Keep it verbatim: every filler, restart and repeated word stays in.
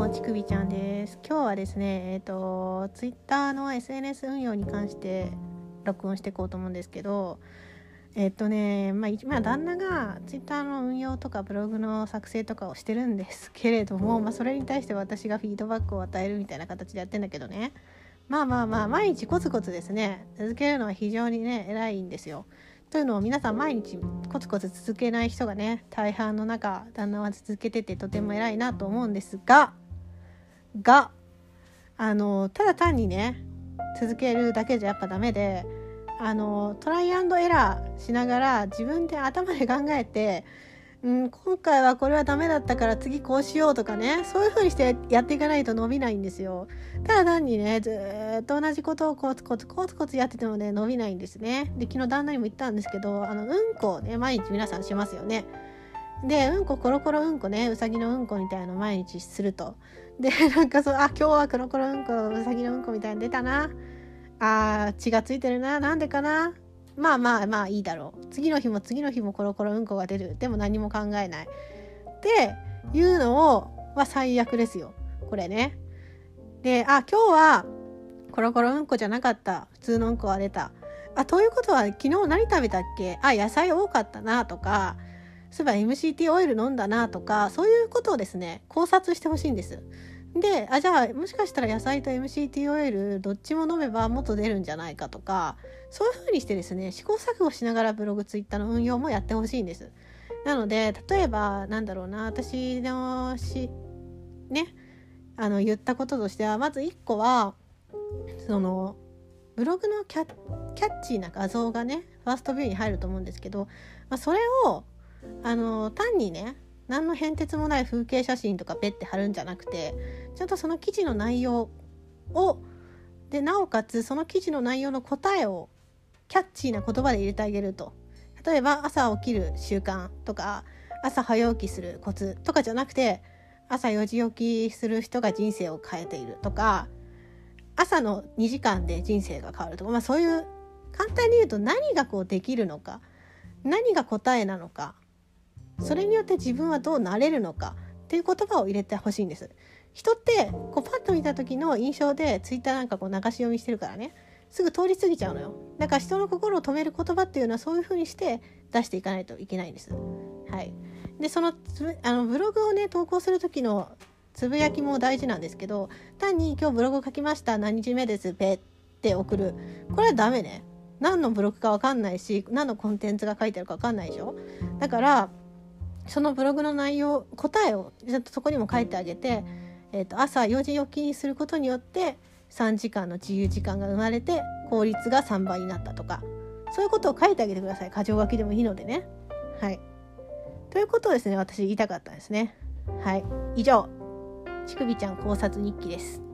ちくびちゃんです。今日はですね、えっとツイッターの エスエヌエス 運用に関して録音していこうと思うんですけど、えっとね、まあ今旦那がツイッターの運用とかブログの作成とかをしてるんですけれども、まあそれに対して私がフィードバックを与えるみたいな形でやってんだけどね。まあまあまあ毎日コツコツですね、続けるのは非常にね偉いんですよ。というのを皆さん毎日コツコツ続けない人がね大半の中、旦那は続けててとても偉いなと思うんですががあのただ単にね続けるだけじゃやっぱダメで、あのトライアンドエラーしながら自分で頭で考えて、うん、今回はこれはダメだったから次こうしようとかね、そういう風にしてやっていかないと伸びないんですよ。ただ単にねずっと同じことをコツコツコツコツやっててもね伸びないんですね。で、昨日旦那にも言ったんですけど、あのうんこをね毎日皆さんしますよね。で、うんこコロコロうんこね、うさぎのうんこみたいなの毎日すると、でなんかそう、あ、今日はコロコロうんこうさぎのうんこみたいに出たな、あ、血がついてるな、なんでかな、まあまあまあいいだろう、次の日も次の日もコロコロうんこが出る、でも何も考えないっていうのをは最悪ですよこれね。で、あ、今日はコロコロうんこじゃなかった、普通のうんこが出た、あ、ということは昨日何食べたっけ、あ、野菜多かったなとか、そういえば エムシーティー オイル飲んだなとか、そういうことをですね考察してほしいんです。で、あ、じゃあもしかしたら野菜と エムシーティー オイルどっちも飲めばもっと出るんじゃないかとか、そういう風にしてですね試行錯誤しながらブログツイッターの運用もやってほしいんです。なので例えばなんだろうな、私のしねあの言ったこととしては、まずいっこはそのブログのキャッ、キャッチーな画像がねファーストビューに入ると思うんですけど、まあ、それをあの単にね何の変哲もない風景写真とかペッて貼るんじゃなくて、ちゃんとその記事の内容をで、なおかつその記事の内容の答えをキャッチーな言葉で入れてあげると。例えば朝起きる習慣とか、朝早起きするコツとかじゃなくて、朝よじ起きする人が人生を変えているとか、朝のにじかんで人生が変わるとか、まあそういう簡単に言うと何がこうできるのか、何が答えなのか、それによって自分はどうなれるのかっていう言葉を入れてほしいんです。人ってこうパッと見た時の印象でツイッターなんかこう流し読みしてるからね、すぐ通り過ぎちゃうのよ。だから人の心を止める言葉っていうのはそういう風にして出していかないといけないんです。はい。で、そのあのブログをね投稿する時のつぶやきも大事なんですけど、単に今日ブログ書きました、何日目ですペって送る、これはダメね。何のブログか分かんないし、何のコンテンツが書いてあるか分かんないでしょ。だからそのブログの内容、答えをちゃんとそこにも書いてあげて、えーと、朝よじ起きにすることによってさんじかんの自由時間が生まれて効率がさんばいになったとか、そういうことを書いてあげてください。箇条書きでもいいのでね。はい。ということをですね、私言いたかったですね。はい。以上、ちくびちゃん考察日記です。